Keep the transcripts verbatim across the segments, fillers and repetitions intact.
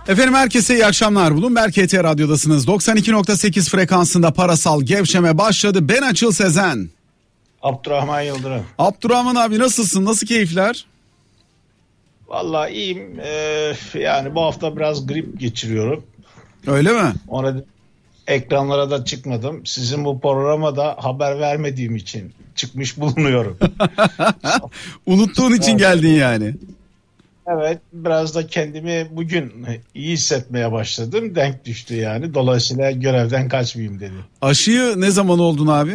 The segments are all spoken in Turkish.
Efendim herkese iyi akşamlar. Bulun Berk T Radyo'dasınız. doksan iki nokta sekiz frekansında parasal gevşeme başladı. Ben Açıl Sezen. Abdurrahman Yıldırım. Abdurrahman abi nasılsın? Nasıl keyifler? Vallahi iyiyim. Ee, yani bu hafta biraz grip geçiriyorum. Öyle mi? Orada ekranlara da çıkmadım. Sizin bu programa da haber vermediğim için çıkmış bulunuyorum. Unuttuğun için geldin yani. Evet, biraz da kendimi bugün iyi hissetmeye başladım. Denk düştü yani. Dolayısıyla görevden kaçmayayım dedim. Aşıyı ne zaman oldun abi?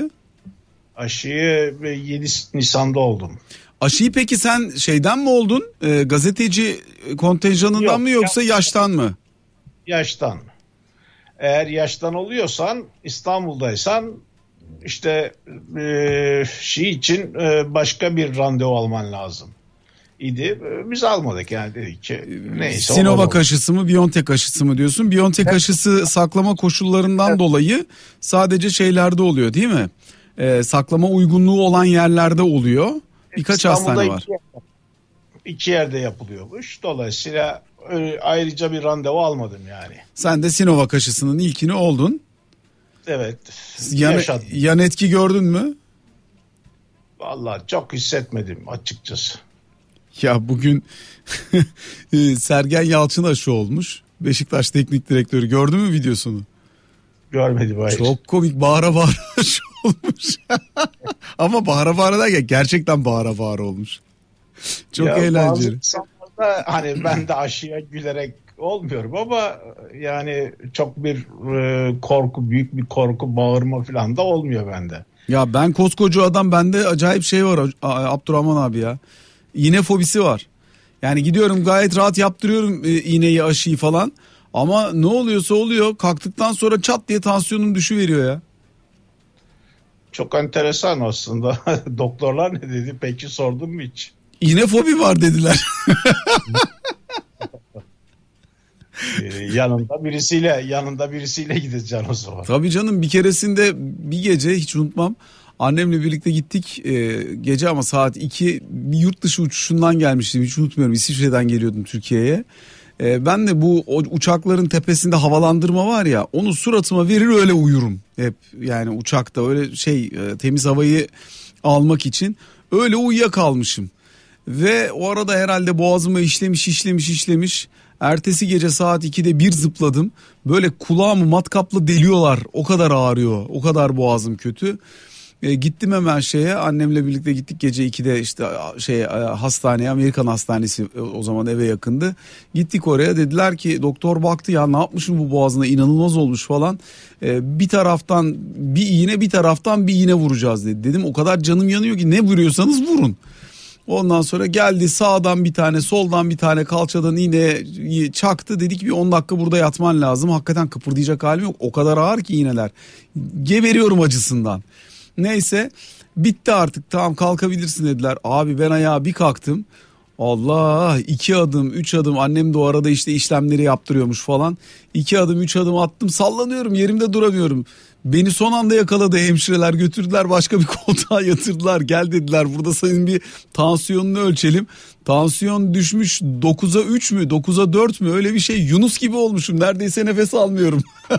Aşıyı yedi Nisan'da oldum. Aşıyı peki sen şeyden mi oldun? E, gazeteci kontenjanından Yok, mı yoksa ya, yaştan mı? Yaştan. Eğer yaştan oluyorsan, İstanbul'daysan işte e, şey için e, başka bir randevu alman lazım idi. Biz almadık yani, dedik ki neyse. Sinovac aşısı mı, BioNTech aşısı mı diyorsun? BioNTech evet. Aşısı saklama koşullarından evet. dolayı sadece şeylerde oluyor değil mi? Ee, saklama uygunluğu olan yerlerde oluyor. Birkaç İstanbul'da hastane var. Iki yerde, iki yerde yapılıyormuş. Dolayısıyla ayrıca bir randevu almadım yani. Sen de Sinovac aşısının ilkini oldun. Evet. Yan, yan etki gördün mü? Vallahi çok hissetmedim açıkçası. Ya bugün Sergen Yalçın aşı olmuş. Beşiktaş Teknik Direktörü, gördün mü videosunu? Görmedim, hayır. Çok komik, bağıra bağıra aşı olmuş. Ama bağıra bağıra derken gerçekten bağıra bağıra olmuş. Çok ya eğlenceli. Bazı hani ben de aşıya gülerek olmuyorum ama yani çok bir e, korku, büyük bir korku, bağırma falan da olmuyor bende. Ya ben koskoca adam, bende acayip şey var Abdurrahman abi ya. İğne fobisi var. Yani gidiyorum gayet rahat yaptırıyorum e, iğneyi, aşıyı falan. Ama ne oluyorsa oluyor, kalktıktan sonra çat diye tansiyonum düşüveriyor ya. Çok enteresan aslında. Doktorlar ne dedi? Peki sordun mu hiç? İğne fobi var dediler. ee, yanında birisiyle yanında birisiyle gideceksin o zaman. Tabii canım, bir keresinde bir gece hiç unutmam. Annemle birlikte gittik e, gece ama saat iki, bir yurt dışı uçuşundan gelmiştim, hiç unutmuyorum. İsviçre'den geliyordum Türkiye'ye. E, ben de bu uçakların tepesinde havalandırma var ya, onu suratıma verir öyle uyurum hep. Yani uçakta öyle şey e, temiz havayı almak için öyle uyuyakalmışım. Ve o arada herhalde boğazıma işlemiş işlemiş işlemiş. Ertesi gece saat ikide bir zıpladım. Böyle kulağımı matkapla deliyorlar. O kadar ağrıyor. O kadar boğazım kötü. E, gittim hemen şeye, annemle birlikte gittik gece ikide işte şey hastaneye, Amerikan hastanesi o zaman eve yakındı. Gittik oraya, dediler ki doktor baktı, ya ne yapmışım bu boğazına, inanılmaz olmuş falan. E, bir taraftan bir iğne, bir taraftan bir iğne vuracağız dedi. Dedim o kadar canım yanıyor ki ne vuruyorsanız vurun. Ondan sonra geldi, sağdan bir tane, soldan bir tane, kalçadan iğne çaktı. Dedik bir on dakika burada yatman lazım. Hakikaten kıpırdayacak halim yok. O kadar ağır ki iğneler. Geberiyorum acısından. Neyse bitti artık, tamam kalkabilirsin dediler. Abi ben ayağa bir kalktım. Allah, iki adım üç adım, annem de o arada işte işlemleri yaptırıyormuş falan. İki adım üç adım attım, sallanıyorum, yerimde duramıyorum. Beni son anda yakaladı hemşireler, götürdüler başka bir koltuğa yatırdılar. Gel dediler, burada senin bir tansiyonunu ölçelim. Tansiyon düşmüş dokuza üç mü dokuza dört mü, öyle bir şey. Yunus gibi olmuşum, neredeyse nefes almıyorum.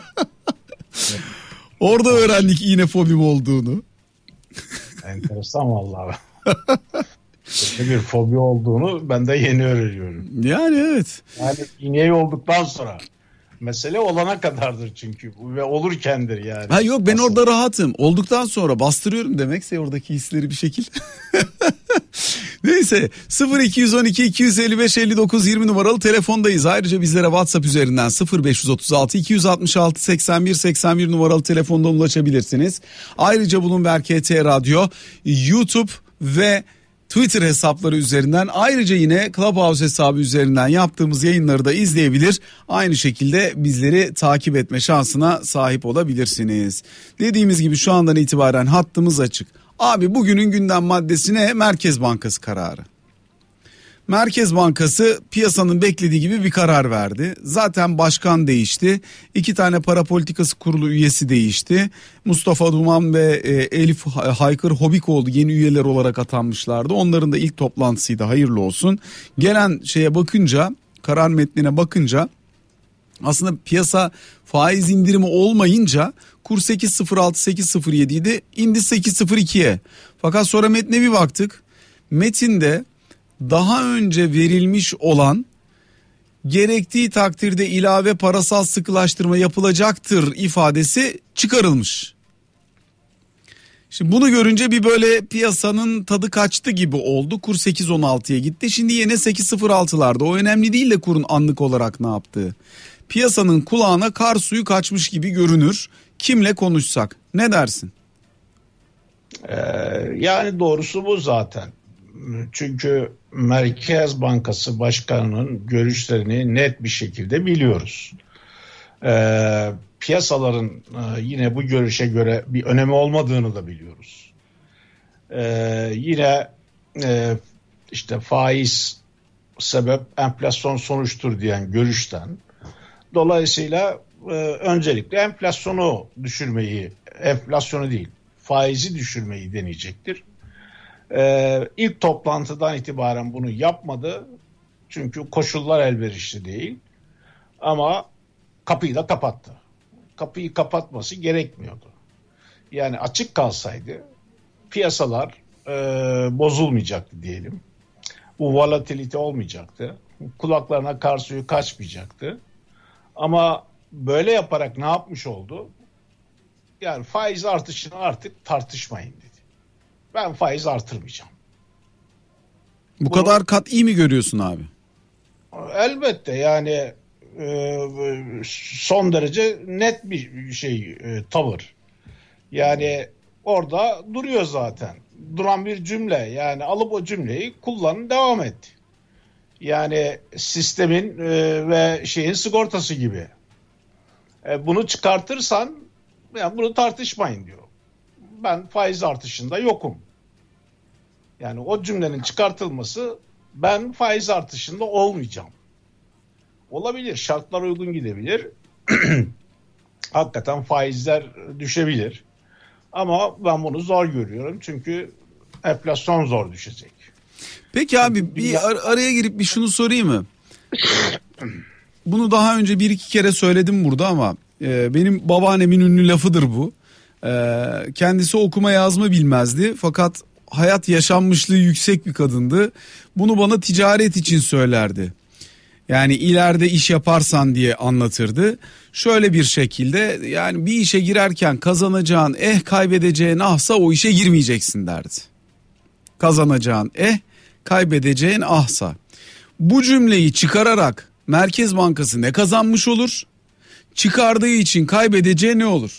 Orada öğrendik iğne fobim olduğunu. Enteresan vallahi. Böyle bir fobi olduğunu ben de yeni öğreniyorum. Yani evet. Yani iğneyi olduktan sonra. Mesele olana kadardır çünkü ve olurkendir yani. Ha yok, ben aslında orada rahatım. Olduktan sonra bastırıyorum demekse oradaki hisleri bir şekil. Neyse, sıfır iki on iki iki elli beş elli dokuz yirmi numaralı telefondayız. Ayrıca bizlere WhatsApp üzerinden sıfır beş otuz altı iki altı altı seksen bir seksen bir numaralı telefondan ulaşabilirsiniz. Ayrıca Bloomberg T Radyo, YouTube ve Twitter hesapları üzerinden, ayrıca yine Clubhouse hesabı üzerinden yaptığımız yayınları da izleyebilir. Aynı şekilde bizleri takip etme şansına sahip olabilirsiniz. Dediğimiz gibi şu andan itibaren hattımız açık. Abi bugünün gündem maddesine Merkez Bankası kararı. Merkez Bankası piyasanın beklediği gibi bir karar verdi. Zaten başkan değişti. İki tane para politikası kurulu üyesi değişti. Mustafa Duman ve Elif Haykır Hobikoğlu yeni üyeler olarak atanmışlardı. Onların da ilk toplantısıydı, hayırlı olsun. Gelen şeye bakınca, karar metnine bakınca Aslında piyasa faiz indirimi olmayınca kur sekiz nokta sıfır altı sekiz nokta sıfır yedi idi, indi sekiz nokta sıfır ikiye. Fakat sonra metne bir baktık. Metinde daha önce verilmiş olan gerektiği takdirde ilave parasal sıkılaştırma yapılacaktır ifadesi çıkarılmış. Şimdi bunu görünce bir böyle piyasanın tadı kaçtı gibi oldu. Kur sekiz nokta on altıya gitti. Şimdi yine sekiz nokta sıfır altılarda. O önemli değil de kurun anlık olarak ne yaptığı. Piyasanın kulağına kar suyu kaçmış gibi görünür. Kimle konuşsak? Ne dersin? Ee, yani doğrusu bu zaten. Çünkü Merkez Bankası Başkanı'nın görüşlerini net bir şekilde biliyoruz. Ee, piyasaların e, yine bu görüşe göre bir önemi olmadığını da biliyoruz. Ee, yine e, işte faiz sebep enflasyon sonuçtur diyen görüşten, dolayısıyla e, öncelikle enflasyonu düşürmeyi, enflasyonu değil faizi düşürmeyi deneyecektir. Ee, ilk toplantıdan itibaren bunu yapmadı. Çünkü koşullar elverişli değil. Ama kapıyı da kapattı. Kapıyı kapatması gerekmiyordu. Yani açık kalsaydı piyasalar e, bozulmayacaktı diyelim. Bu volatilite olmayacaktı. Kulaklarına kar suyu kaçmayacaktı. Ama böyle yaparak ne yapmış oldu? Yani faiz artışını artık tartışmayın dedi. Ben faiz artırmayacağım. Bu Bunu, kadar kat'i mi görüyorsun abi? Elbette yani e, son derece net bir şey e, tavır. Yani orada duruyor zaten. Duran bir cümle, yani alıp o cümleyi kullanın, devam et. Yani sistemin e, ve şeyin sigortası gibi. E, bunu çıkartırsan yani bunu tartışmayın diyor. Ben faiz artışında yokum. Yani o cümlenin çıkartılması, ben faiz artışında olmayacağım. Olabilir, şartlar uygun gidebilir. Hakikaten faizler düşebilir. Ama ben bunu zor görüyorum çünkü enflasyon zor düşecek. Peki abi bir ar- araya girip bir şunu sorayım mı? Bunu daha önce bir iki kere söyledim burada ama e, benim babaannemin ünlü lafıdır bu. E, kendisi okuma yazma bilmezdi fakat hayat yaşanmışlığı yüksek bir kadındı. Bunu bana ticaret için söylerdi. Yani ileride iş yaparsan diye anlatırdı. Şöyle bir şekilde, yani bir işe girerken kazanacağın eh kaybedeceğin ahsa o işe girmeyeceksin derdi. Kazanacağın eh, kaybedeceğin ahsa. Bu cümleyi çıkararak Merkez Bankası ne kazanmış olur? Çıkardığı için kaybedeceği ne olur?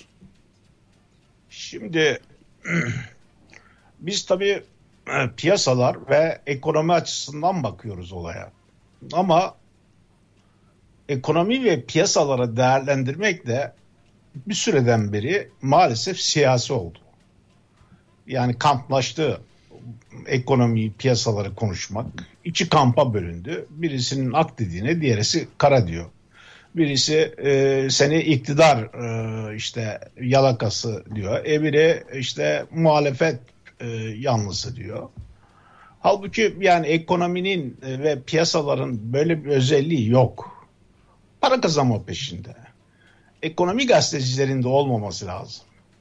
Şimdi biz tabii piyasalar ve ekonomi açısından bakıyoruz olaya. Ama ekonomi ve piyasaları değerlendirmek de bir süreden beri maalesef siyasi oldu. Yani kamplaştı ekonomiyi, piyasaları konuşmak. İçi kampa bölündü. Birisinin ak dediğine diğerisi kara diyor. Birisi e, seni iktidar e, işte yalakası diyor. E biri işte muhalefet e, yanlısı diyor. Halbuki yani ekonominin ve piyasaların böyle bir özelliği yok. Para kazanma peşinde. Ekonomi gazetecilerinde olmaması lazım.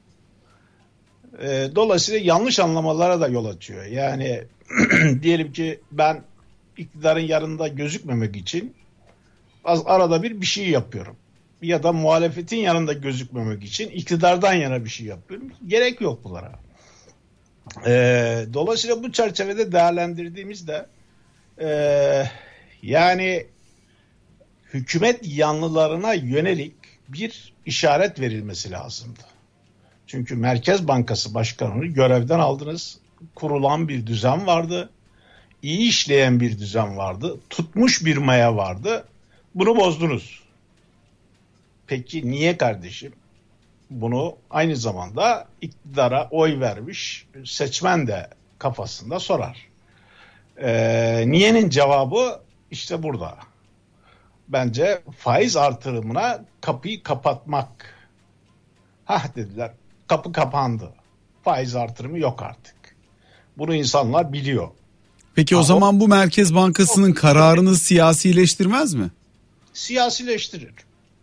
E, dolayısıyla yanlış anlamalara da yol açıyor. Yani diyelim ki ben iktidarın yanında gözükmemek için az arada bir bir şey yapıyorum. Ya da muhalefetin yanında gözükmemek için iktidardan yana bir şey yapıyorum. Gerek yok bunlara. Ee, dolayısıyla bu çerçevede değerlendirdiğimizde e, yani hükümet yanlılarına yönelik bir işaret verilmesi lazımdı. Çünkü Merkez Bankası Başkanı'nı görevden aldınız. Kurulan bir düzen vardı. İyi işleyen bir düzen vardı. Tutmuş bir maya vardı. Bunu bozdunuz. Peki niye kardeşim? Bunu aynı zamanda iktidara oy vermiş seçmen de kafasında sorar. Ee, niyenin cevabı işte burada. Bence faiz artırımına kapıyı kapatmak. Hah dediler, kapı kapandı. Faiz artırımı yok artık. Bunu insanlar biliyor. Peki o Ama zaman bu Merkez Bankası'nın kararını siyasileştirmez mi? Siyasileştirir.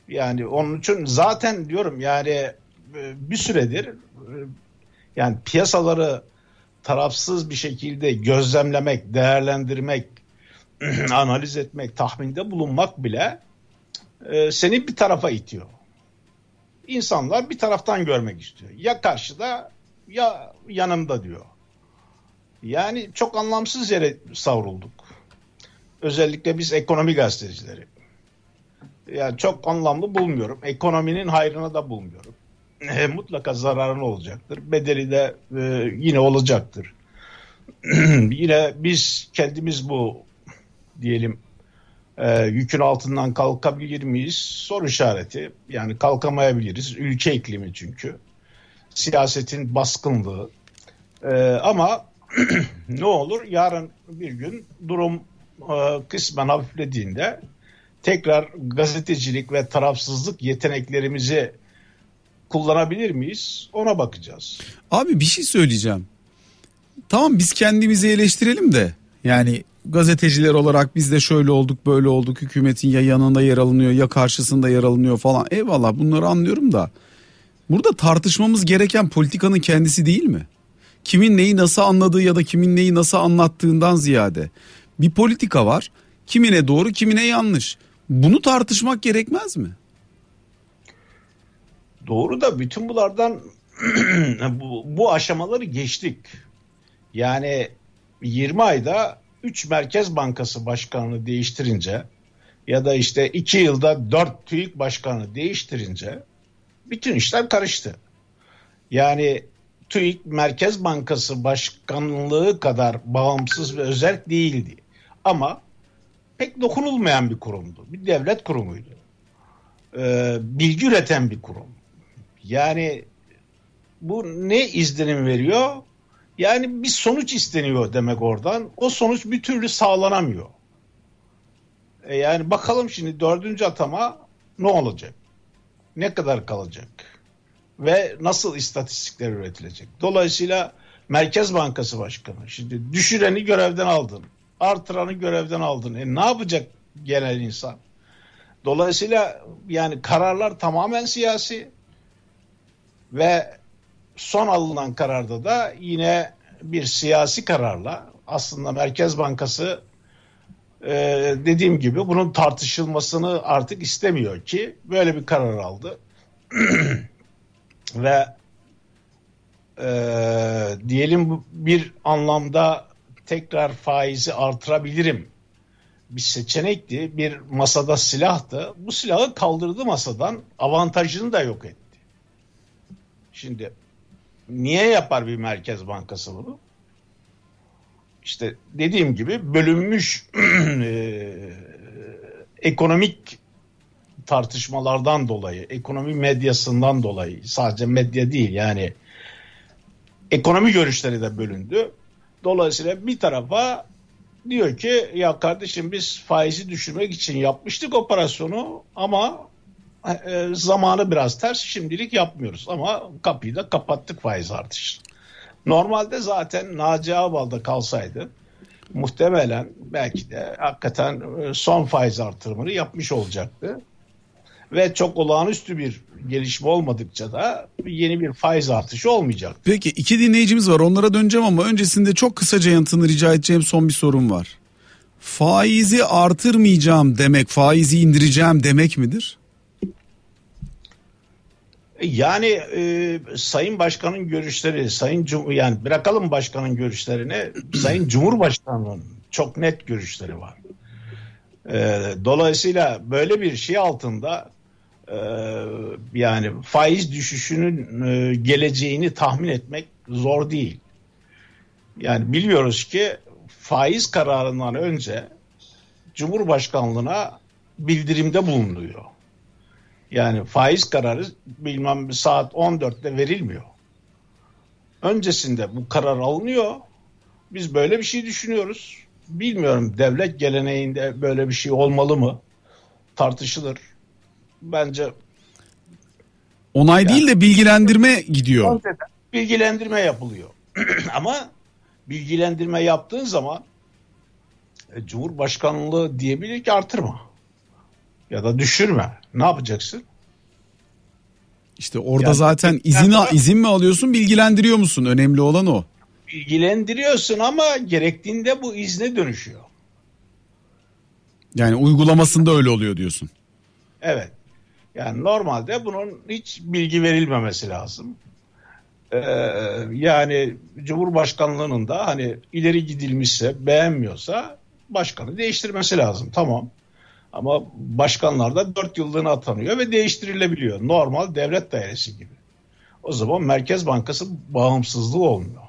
Yani onun için zaten diyorum yani bir süredir yani piyasaları tarafsız bir şekilde gözlemlemek, değerlendirmek, analiz etmek, tahminde bulunmak bile e, seni bir tarafa itiyor. İnsanlar bir taraftan görmek istiyor. Ya karşıda ya yanımda diyor. Yani çok anlamsız yere savrulduk. Özellikle biz ekonomi gazetecileri. Yani çok anlamlı bulmuyorum. Ekonominin hayrına da bulmuyorum. E, mutlaka zararına olacaktır. Bedeli de e, yine olacaktır. Yine biz kendimiz bu diyelim e, yükün altından kalkabilir miyiz? Soru işareti. Yani kalkamayabiliriz. Ülke iklimi çünkü. Siyasetin baskınlığı. E, ama ne olur? Yarın bir gün durum e, kısmen hafiflediğinde tekrar gazetecilik ve tarafsızlık yeteneklerimizi kullanabilir miyiz? Ona bakacağız. Abi bir şey söyleyeceğim. Tamam, biz kendimizi eleştirelim de yani gazeteciler olarak biz de şöyle olduk böyle olduk, hükümetin ya yanında yer alınıyor ya karşısında yer alınıyor falan, eyvallah, bunları anlıyorum da burada tartışmamız gereken politikanın kendisi değil mi? Kimin neyi nasıl anladığı ya da kimin neyi nasıl anlattığından ziyade bir politika var, kimine doğru kimine yanlış, bunu tartışmak gerekmez mi? Doğru da bütün bunlardan bu, bu aşamaları geçtik. Yani yirmi ayda üç Merkez Bankası başkanını değiştirince ya da işte iki yılda dört TÜİK başkanı değiştirince bütün işler karıştı. Yani TÜİK Merkez Bankası başkanlığı kadar bağımsız ve özel değildi. Ama pek dokunulmayan bir kurumdu. Bir devlet kurumuydu. Ee, bilgi üreten bir kurum. Yani bu ne izlenim veriyor? Yani bir sonuç isteniyor demek oradan. O sonuç bir türlü sağlanamıyor. E yani bakalım şimdi dördüncü atama ne olacak? Ne kadar kalacak? Ve nasıl istatistikler üretilecek? Dolayısıyla Merkez Bankası Başkanı şimdi düşüreni görevden aldın. Artıranı görevden aldın. E ne yapacak genel insan? Dolayısıyla yani kararlar tamamen siyasi ve son alınan kararda da yine bir siyasi kararla aslında Merkez Bankası e, dediğim gibi bunun tartışılmasını artık istemiyor ki böyle bir karar aldı. Ve e, diyelim bir anlamda tekrar faizi artırabilirim bir seçenekti, bir masada silahtı. Bu silahı kaldırdı masadan, avantajını da yok etti. Şimdi niye yapar bir Merkez Bankası bunu? İşte dediğim gibi bölünmüş e, ekonomik tartışmalardan dolayı, ekonomi medyasından dolayı, sadece medya değil yani ekonomi görüşleri de bölündü. Dolayısıyla bir tarafa diyor ki ya kardeşim biz faizi düşürmek için yapmıştık operasyonu ama e, zamanı biraz ters, şimdilik yapmıyoruz ama kapıyı da kapattık faiz artışı. Normalde zaten Naci Ağbal'da kalsaydı muhtemelen belki de hakikaten son faiz artırımını yapmış olacaktı. Ve çok olağanüstü bir gelişme olmadıkça da yeni bir faiz artışı olmayacak. Peki iki dinleyicimiz var, onlara döneceğim ama öncesinde çok kısaca yanıtını rica edeceğim son bir sorum var. Faizi artırmayacağım demek faizi indireceğim demek midir? Yani e, Sayın Başkan'ın görüşleri, Sayın Cum yani bırakalım Başkan'ın görüşlerini, Sayın Cumhurbaşkanı'nın çok net görüşleri var. E, dolayısıyla böyle bir şey altında e, yani faiz düşüşünün e, geleceğini tahmin etmek zor değil. Yani biliyoruz ki faiz kararından önce Cumhurbaşkanlığına bildirimde bulunuyor. Yani faiz kararı bilmem saat on dörtte verilmiyor. Öncesinde bu karar alınıyor. Biz böyle bir şey düşünüyoruz. Bilmiyorum, devlet geleneğinde böyle bir şey olmalı mı? Tartışılır. Bence onay yani, değil de bilgilendirme gidiyor. Bilgilendirme yapılıyor. Ama bilgilendirme yaptığın zaman e, Cumhurbaşkanlığı diyebilir ki artırma. Ya da düşürme. Ne yapacaksın? İşte orada yani, zaten izin, yani, izin mi alıyorsun, bilgilendiriyor musun? Önemli olan o. Bilgilendiriyorsun ama gerektiğinde bu izne dönüşüyor. Yani uygulamasında öyle oluyor diyorsun. Evet. Yani normalde bunun hiç bilgi verilmemesi lazım. Ee, yani Cumhurbaşkanlığının da hani ileri gidilmişse, beğenmiyorsa başkanı değiştirmesi lazım. Tamam. Ama başkanlar da dört yıllığına atanıyor ve değiştirilebiliyor. Normal devlet dairesi gibi. O zaman Merkez Bankası bağımsızlığı olmuyor.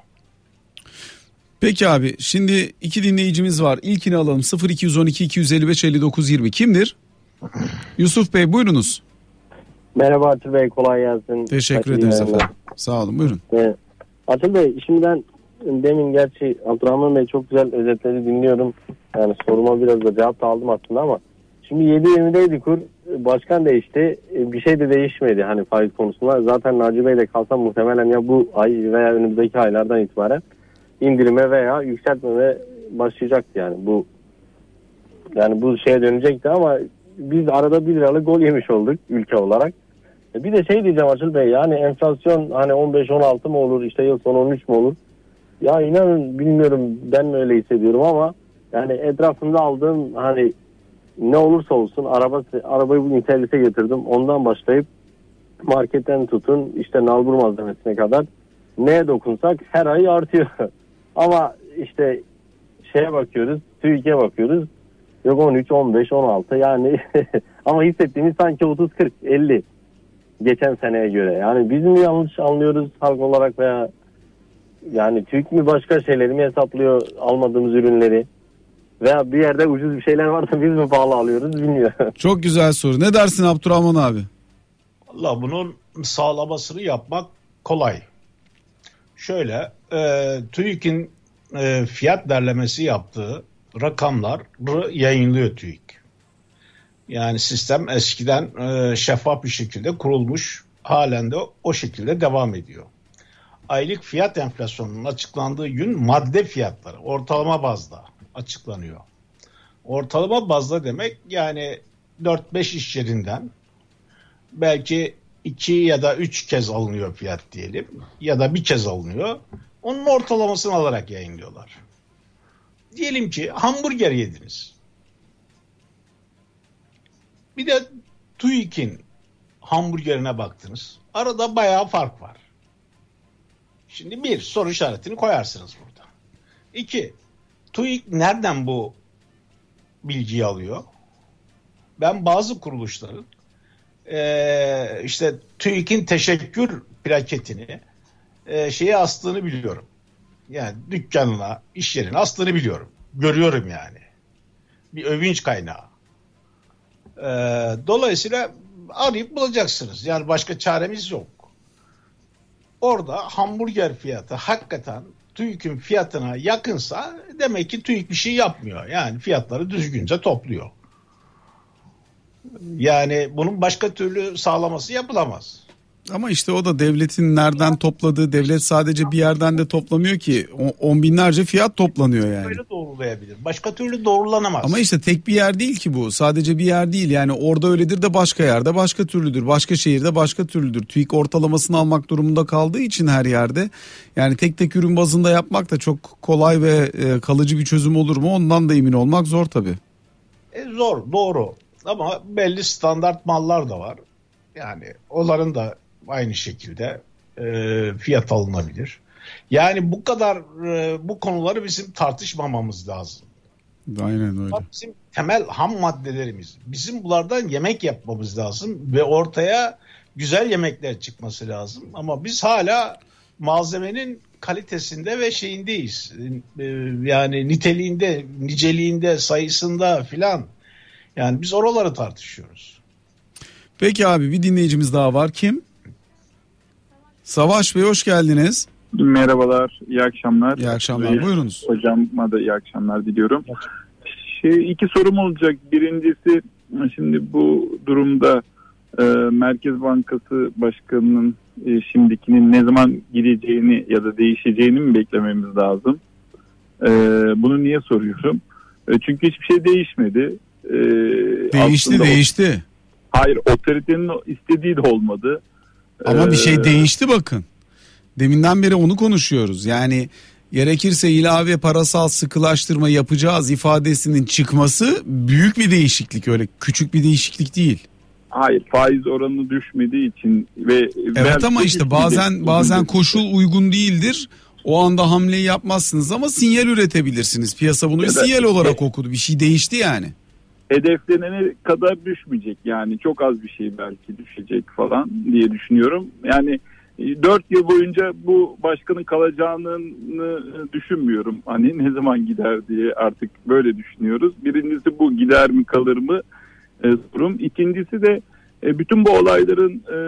Peki abi, şimdi iki dinleyicimiz var. İlkini alalım. sıfır iki on iki iki yüz elli beş elli dokuz yirmi. Kimdir? Yusuf Bey, buyurunuz. Merhaba Atıl Bey, kolay gelsin. Teşekkür ederiz efendim. Sağ olun, buyurun. Evet. Atıl Bey, şimdi ben demin gerçi Abdurrahman Bey çok güzel özetledi, dinliyorum. Yani soruma biraz da cevap da aldım aslında ama şimdi yedi yirmideydi kur, başkan değişti, bir şey de değişmedi hani faiz konusunda. Zaten Naci Bey de kalsa muhtemelen ya bu ay veya önümüzdeki aylardan itibaren indirime veya yükseltmeme başlayacaktı yani bu yani bu şeye dönecekti ama biz arada bir liralık gol yemiş olduk ülke olarak. Bir de şey diyeceğim Açıl Bey, yani enflasyon hani on beş on altı mı olur, işte yıl sonu on üç mü olur? Ya inanın bilmiyorum, ben mi öyle hissediyorum ama yani etrafında aldığım hani ne olursa olsun araba arabayı bugün servise getirdim. Ondan başlayıp marketten tutun işte nalbur malzemesine kadar neye dokunsak her ay artıyor. Ama işte şeye bakıyoruz, TÜİK'e bakıyoruz. Yok on üç, on beş, on altı yani ama hissettiğimiz sanki otuz, kırk, elli geçen seneye göre. Yani biz mi yanlış anlıyoruz halk olarak veya yani TÜİK mi başka şeyleri mi hesaplıyor almadığımız ürünleri? Veya bir yerde ucuz bir şeyler varsa biz mi pahalı alıyoruz bilmiyorum. Çok güzel soru. Ne dersin Abdurrahman abi? Valla bunun sağlamasını yapmak kolay. Şöyle e, TÜİK'in e, fiyat derlemesi yaptığı rakamları yayınlıyor TÜİK. Yani sistem eskiden e, şeffaf bir şekilde kurulmuş, halen de o şekilde devam ediyor. Aylık fiyat enflasyonunun açıklandığı gün madde fiyatları ortalama bazda açıklanıyor. Ortalama bazda demek yani dört beş iş yerinden belki iki ya da üç kez alınıyor fiyat diyelim ya da bir kez alınıyor. Onun ortalamasını alarak yayınlıyorlar. Diyelim ki hamburger yediniz. Bir de TÜİK'in hamburgerine baktınız. Arada bayağı fark var. Şimdi bir, soru işaretini koyarsınız burada. İki, TÜİK nereden bu bilgiyi alıyor? Ben bazı kuruluşların e, işte TÜİK'in teşekkür plaketini e, şeye astığını biliyorum. Yani dükkanına, iş yerine astığını biliyorum. Görüyorum yani. Bir övünç kaynağı. E, dolayısıyla arayıp bulacaksınız. Yani başka çaremiz yok. Orada hamburger fiyatı hakikaten TÜİK'in fiyatına yakınsa demek ki TÜİK bir şey yapmıyor. Yani fiyatları düzgünce topluyor. Yani bunun başka türlü sağlaması yapılamaz. Ama işte o da devletin nereden topladığı, devlet sadece bir yerden de toplamıyor ki. On binlerce fiyat toplanıyor yani. Böyle doğrulayabilir. Başka türlü doğrulanamaz. Ama işte tek bir yer değil ki bu. Sadece bir yer değil. Yani orada öyledir de başka yerde başka türlüdür. Başka şehirde başka türlüdür. TÜİK ortalamasını almak durumunda kaldığı için her yerde. Yani tek tek ürün bazında yapmak da çok kolay ve kalıcı bir çözüm olur mu? Ondan da emin olmak zor tabii. E zor, doğru. Ama belli standart mallar da var. Yani onların da aynı şekilde e, fiyat alınabilir. Yani bu kadar e, bu konuları bizim tartışmamamız lazım. Aynen öyle. Bizim temel ham maddelerimiz. Bizim bunlardan yemek yapmamız lazım ve ortaya güzel yemekler çıkması lazım. Ama biz hala malzemenin kalitesinde ve şeyindeyiz. E, yani niteliğinde, niceliğinde, sayısında filan. Yani biz oraları tartışıyoruz. Peki abi, bir dinleyicimiz daha var. Kim? Savaş Bey, hoş geldiniz. Merhabalar, iyi akşamlar. İyi akşamlar, Ve buyurunuz. Hocama da iyi akşamlar diliyorum. Şey, iki sorum olacak. Birincisi, şimdi bu durumda e, Merkez Bankası Başkanı'nın e, şimdikinin ne zaman gideceğini ya da değişeceğini mi beklememiz lazım? E, bunu niye soruyorum? E, çünkü hiçbir şey değişmedi. e, Değişti aslında değişti. O, hayır, otoritenin istediği de olmadı. Ama Ee, bir şey değişti bakın. Deminden beri onu konuşuyoruz. Yani gerekirse ilave parasal sıkılaştırma yapacağız ifadesinin çıkması büyük bir değişiklik, öyle küçük bir değişiklik değil. Hayır, faiz oranı düşmediği için ve evet ama işte bazen bazen koşul uygun değildir. O anda hamleyi yapmazsınız ama sinyal üretebilirsiniz. Piyasa bunu bir sinyal olarak okudu. Bir şey değişti yani. Hedeflenene kadar düşmeyecek, yani çok az bir şey belki düşecek falan diye düşünüyorum. Yani dört yıl boyunca bu başkanın kalacağını düşünmüyorum. Hani ne zaman gider diye artık böyle düşünüyoruz. Birincisi bu, gider mi kalır mı e, sorum. İkincisi de e, bütün bu olayların e,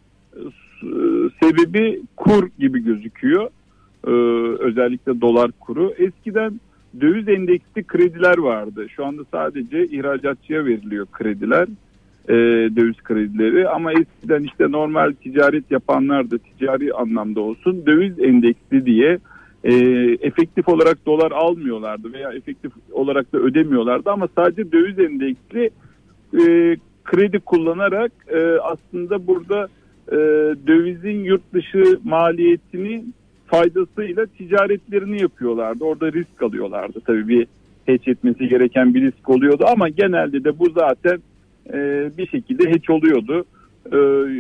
sebebi kur gibi gözüküyor. E, özellikle dolar kuru. Eskiden döviz endeksli krediler vardı. Şu anda sadece ihracatçıya veriliyor krediler. E, döviz kredileri, ama eskiden işte normal ticaret yapanlar da ticari anlamda olsun döviz endeksli diye e, efektif olarak dolar almıyorlardı veya efektif olarak da ödemiyorlardı, ama sadece döviz endeksli e, kredi kullanarak e, aslında burada e, dövizin yurt dışı maliyetini faydasıyla ticaretlerini yapıyorlardı. Orada risk alıyorlardı. Tabii bir hedge etmesi gereken bir risk oluyordu, ama genelde de bu zaten e, bir şekilde hedge oluyordu. E,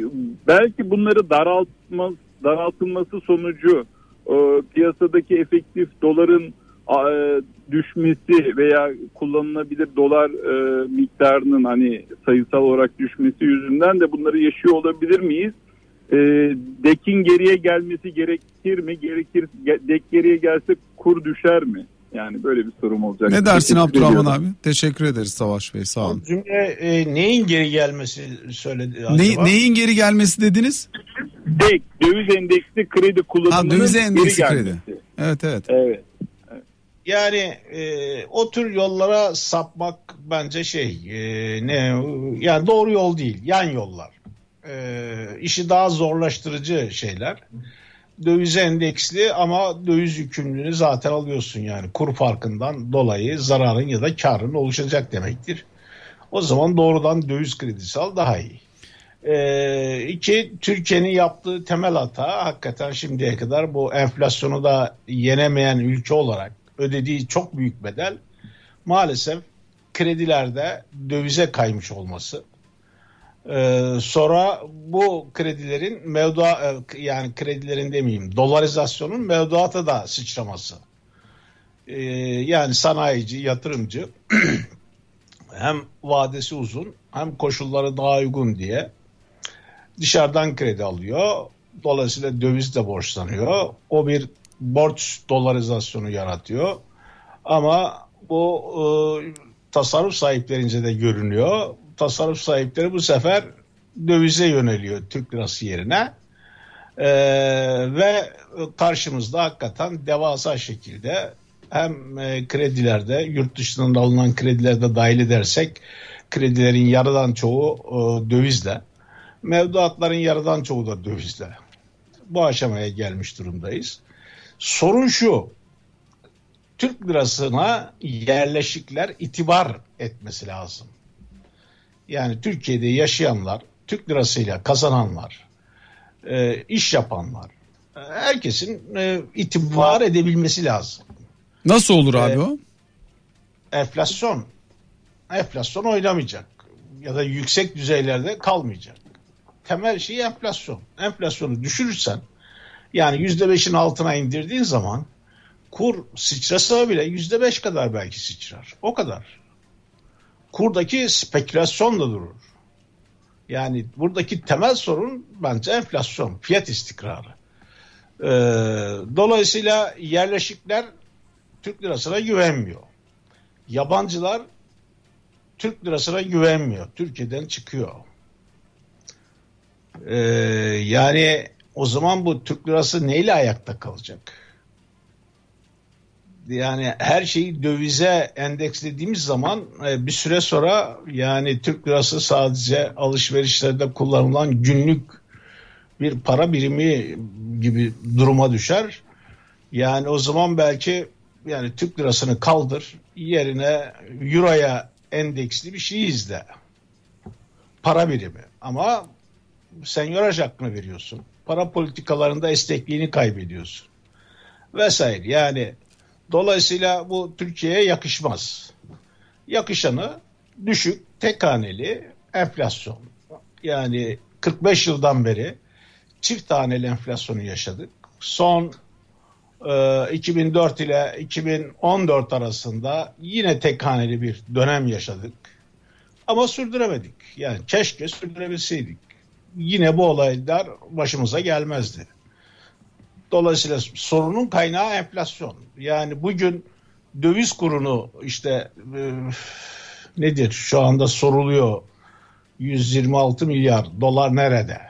belki bunları daraltma, daraltılması sonucu e, piyasadaki efektif doların e, düşmesi veya kullanılabilir dolar e, miktarının hani sayısal olarak düşmesi yüzünden de bunları yaşıyor olabilir miyiz? E, dekin geriye gelmesi gerekir mi? Gerekir, dek geriye gelse kur düşer mi? Yani böyle bir sorum olacak. Ne dersin Abdurrahman abi? Teşekkür ederiz Savaş Bey, sağ olun. Cümle e, neyin geri gelmesi söyledi acaba? Ne, neyin geri gelmesi dediniz? Dek, döviz endeksli kredi kullanımının ha, döviz endeksli geri kredi. gelmesi. Evet evet. Evet. Yani e, o tür yollara sapmak bence şey e, ne yani doğru yol değil, yan yollar. E, işi daha zorlaştırıcı şeyler. Döviz endeksli ama döviz yükümlülüğünü zaten alıyorsun, yani kur farkından dolayı zararın ya da karın oluşacak demektir. O zaman doğrudan döviz kredisi al, daha iyi. E, iki, Türkiye'nin yaptığı temel hata hakikaten şimdiye kadar bu enflasyonu da yenemeyen ülke olarak ödediği çok büyük bedel maalesef kredilerde dövize kaymış olması. Ee, sonra bu kredilerin mevduat, yani kredilerin demeyeyim, dolarizasyonun mevduata da sıçraması. Ee, yani sanayici, yatırımcı hem vadesi uzun hem koşulları daha uygun diye dışarıdan kredi alıyor. Dolayısıyla dövizle borçlanıyor. O bir borç dolarizasyonu yaratıyor. Ama bu e, tasarruf sahiplerince de görünüyor. Tasarruf sahipleri bu sefer dövize yöneliyor Türk lirası yerine. E, ve karşımızda hakikaten devasa şekilde hem e, kredilerde, yurt dışından alınan kredilerde dahil edersek kredilerin yarıdan çoğu e, dövizle, mevduatların yarıdan çoğu da dövizle. Bu aşamaya gelmiş durumdayız. Sorun şu, Türk lirasına yerleşikler itibar etmesi lazım. Yani Türkiye'de yaşayanlar, Türk lirasıyla kazananlar, e, iş yapanlar, e, herkesin e, itibar edebilmesi lazım. Nasıl olur abi e, o? Enflasyon, enflasyon oynamayacak ya da yüksek düzeylerde kalmayacak. Temel şey enflasyon. Enflasyonu düşürürsen, yani yüzde beşin altına indirdiğin zaman kur sıçrasa bile yüzde beş kadar belki sıçrar. O kadar. Kurdaki spekülasyon da durur. Yani buradaki temel sorun bence enflasyon, fiyat istikrarı. Ee, dolayısıyla yerleşikler Türk lirasına güvenmiyor. Yabancılar Türk lirasına güvenmiyor. Türkiye'den çıkıyor. Ee, yani o zaman bu Türk lirası neyle ayakta kalacak? Yani her şeyi dövize endekslediğimiz zaman bir süre sonra yani Türk lirası sadece alışverişlerde kullanılan günlük bir para birimi gibi duruma düşer. Yani o zaman belki yani Türk lirasını kaldır, yerine euroya endeksli bir şey izle. Para birimi. Ama senyoraj hakkını veriyorsun. Para politikalarında esnekliğini kaybediyorsun. Vesaire. Yani dolayısıyla bu Türkiye'ye yakışmaz. Yakışanı düşük, tek haneli enflasyon. Yani kırk beş yıldan beri çift haneli enflasyonu yaşadık. Son e, iki bin dört ile iki bin on dört arasında yine tek haneli bir dönem yaşadık. Ama sürdüremedik. Yani keşke sürdürebilseydik. Yine bu olaylar başımıza gelmezdi. Dolayısıyla sorunun kaynağı enflasyon. Yani bugün döviz kurunu işte e, nedir? Şu anda soruluyor. yüz yirmi altı milyar dolar nerede?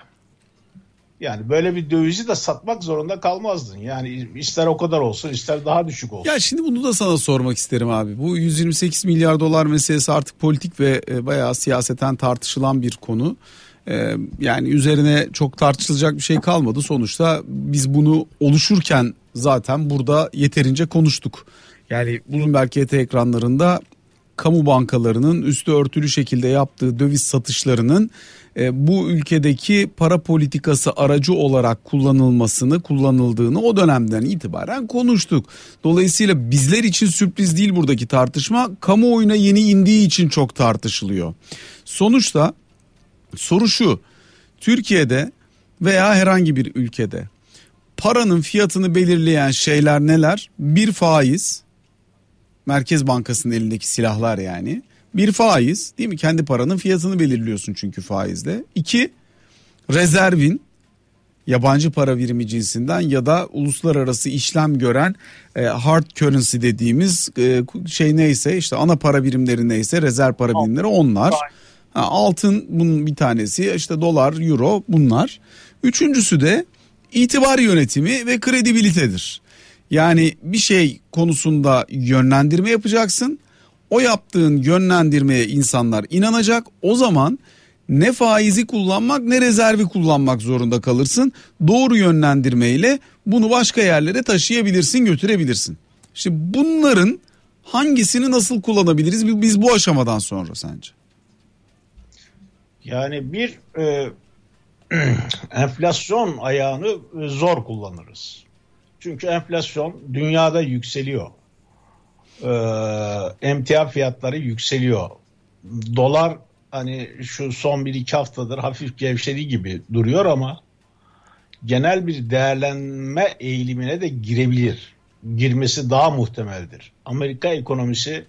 Yani böyle bir dövizi de satmak zorunda kalmazdın. Yani ister o kadar olsun, ister daha düşük olsun. Ya şimdi bunu da sana sormak isterim abi. Bu yüz yirmi sekiz milyar dolar meselesi artık politik ve bayağı siyaseten tartışılan bir konu. Ee, yani üzerine çok tartışılacak bir şey kalmadı. Sonuçta biz bunu oluşurken zaten burada yeterince konuştuk. Yani Bloomberg G T ekranlarında kamu bankalarının üstü örtülü şekilde yaptığı döviz satışlarının e, bu ülkedeki para politikası aracı olarak kullanılmasını, kullanıldığını o dönemden itibaren konuştuk. Dolayısıyla bizler için sürpriz değil buradaki tartışma. Kamuoyuna yeni indiği için çok tartışılıyor. Sonuçta soru şu: Türkiye'de veya herhangi bir ülkede paranın fiyatını belirleyen şeyler neler? Bir, faiz. Merkez Bankası'nın elindeki silahlar yani. Bir, faiz, değil mi? Kendi paranın fiyatını belirliyorsun çünkü faizle. İki, rezervin, yabancı para birimi cinsinden ya da uluslararası işlem gören e, hard currency dediğimiz e, şey neyse, işte ana para birimleri neyse, rezerv para birimleri onlar. Ha, altın bunun bir tanesi, işte dolar, euro bunlar. Üçüncüsü de itibar yönetimi ve kredibilitedir. Yani bir şey konusunda yönlendirme yapacaksın. O yaptığın yönlendirmeye insanlar inanacak. O zaman ne faizi kullanmak ne rezervi kullanmak zorunda kalırsın. Doğru yönlendirmeyle bunu başka yerlere taşıyabilirsin, götürebilirsin. İşte bunların hangisini nasıl kullanabiliriz biz bu aşamadan sonra sence? Yani bir e, enflasyon ayağını zor kullanırız. Çünkü enflasyon dünyada yükseliyor. Ee, emtia fiyatları yükseliyor. Dolar hani şu son bir iki haftadır hafif gevşediği gibi duruyor ama genel bir değerlenme eğilimine de girebilir. Girmesi daha muhtemeldir. Amerika ekonomisi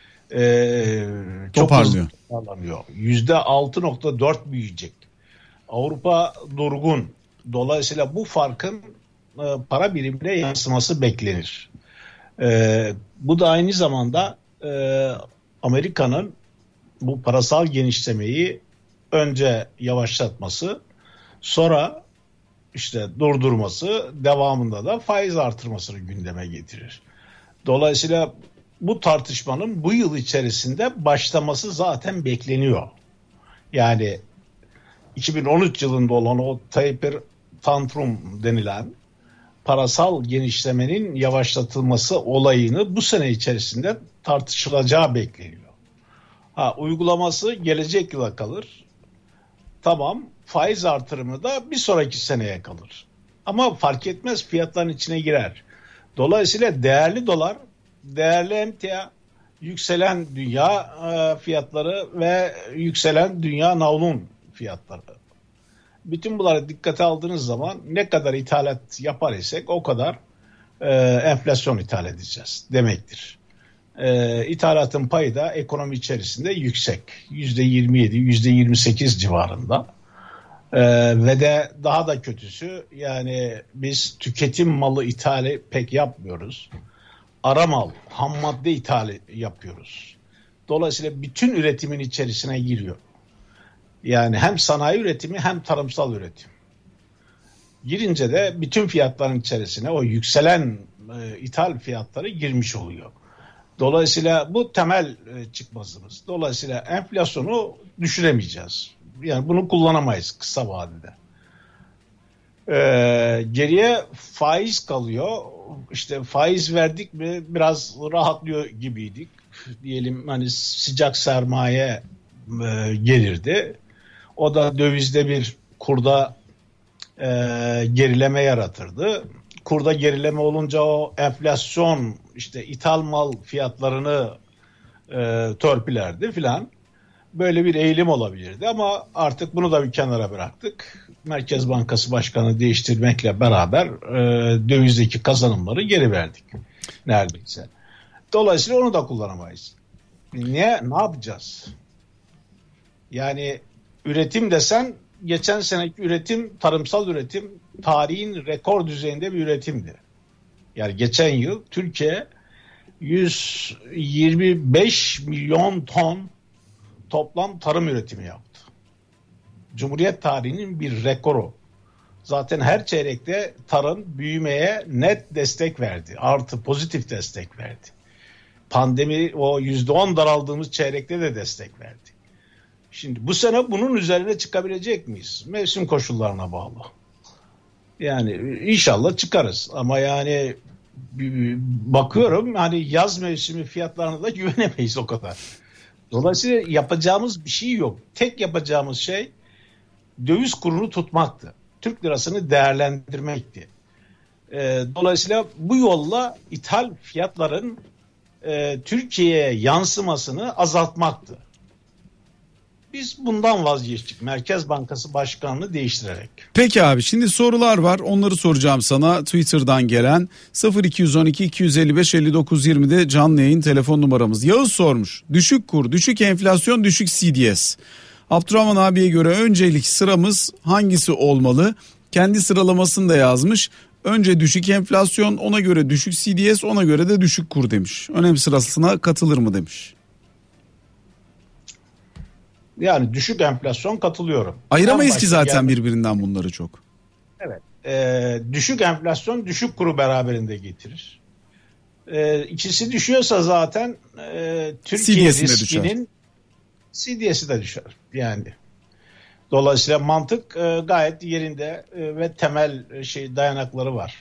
e, çok toparlıyor. Toparlanıyor. yüzde altı nokta dört büyüyecek. Avrupa durgun. Dolayısıyla bu farkın e, para birimine yansıması beklenir. E, bu da aynı zamanda e, Amerika'nın bu parasal genişlemeyi önce yavaşlatması, sonra işte durdurması, devamında da faiz artırmasını gündeme getirir. Dolayısıyla bu tartışmanın bu yıl içerisinde başlaması zaten bekleniyor. Yani iki bin on üç yılında olan o taper tantrum denilen parasal genişlemenin yavaşlatılması olayını bu sene içerisinde tartışılacağı bekleniyor. Ha, uygulaması gelecek yıla kalır. Tamam, faiz artırımı da bir sonraki seneye kalır. Ama fark etmez, fiyatların içine girer. Dolayısıyla değerli dolar, değerli emtia, yükselen dünya e, fiyatları ve yükselen dünya navlun fiyatları. Bütün bunları dikkate aldığınız zaman ne kadar ithalat yapar isek o kadar e, enflasyon ithal edeceğiz demektir. E, ithalatın payı da ekonomi içerisinde yüksek. yüzde yirmi yedi, yüzde yirmi sekiz civarında. E, ve de daha da kötüsü, yani biz tüketim malı ithali pek yapmıyoruz. Ara mal, ham madde ithali yapıyoruz. Dolayısıyla bütün üretimin içerisine giriyor. Yani hem sanayi üretimi hem tarımsal üretim. Girince de bütün fiyatların içerisine o yükselen e, ithal fiyatları girmiş oluyor. Dolayısıyla bu temel e, çıkmazımız. Dolayısıyla enflasyonu düşüremeyeceğiz. Yani bunu kullanamayız kısa vadede. Ee, geriye faiz kalıyor. İşte faiz verdik mi biraz rahatlıyor gibiydik. Diyelim hani sıcak sermaye e, gelirdi. O da dövizde bir kurda e, gerileme yaratırdı. Kurda gerileme olunca o enflasyon işte ithal mal fiyatlarını e, törpülerdi filan. Böyle bir eğilim olabilirdi ama artık bunu da bir kenara bıraktık. Merkez Bankası Başkanı değiştirmekle beraber e, dövizdeki kazanımları geri verdik neredeyse. Dolayısıyla onu da kullanamayız. Niye? Ne yapacağız? Yani üretim desen geçen seneki üretim, tarımsal üretim tarihin rekor düzeyinde bir üretimdi. Yani geçen yıl Türkiye yüz yirmi beş milyon ton toplam tarım üretimi yaptı. Cumhuriyet tarihinin bir rekoru. Zaten her çeyrekte tarım büyümeye net destek verdi. Artı pozitif destek verdi. Pandemi o yüzde on daraldığımız çeyrekte de destek verdi. Şimdi bu sene bunun üzerine çıkabilecek miyiz? Mevsim koşullarına bağlı. Yani inşallah çıkarız. Ama yani bakıyorum hani yaz mevsimi fiyatlarına da güvenemeyiz o kadar. Dolayısıyla yapacağımız bir şey yok. Tek yapacağımız şey döviz kurunu tutmaktı. Türk lirasını değerlendirmekti. E, dolayısıyla bu yolla ithal fiyatların e, Türkiye'ye yansımasını azaltmaktı. Biz bundan vazgeçtik. Merkez Bankası Başkanı'nı değiştirerek. Peki abi, şimdi sorular var. Onları soracağım sana Twitter'dan gelen. sıfır iki yüz on iki iki yüz elli beş elli dokuz yirmide canlı yayın telefon numaramız. Yağız sormuş. Düşük kur, düşük enflasyon, düşük C D S. Abdurrahman abiye göre öncelik sıramız hangisi olmalı? Kendi sıralamasını da yazmış. Önce düşük enflasyon, ona göre düşük C D S, ona göre de düşük kur demiş. Önem sırasına katılır mı demiş. Yani düşük enflasyon katılıyorum. Ayıramayız ki zaten geldi. Birbirinden bunları çok. Evet. Ee, düşük enflasyon düşük kuru beraberinde getirir. Ee, ikisi düşüyorsa zaten e, Türkiye riskinin C D S'i de düşer. Yani dolayısıyla mantık e, gayet yerinde e, ve temel e, şey dayanakları var.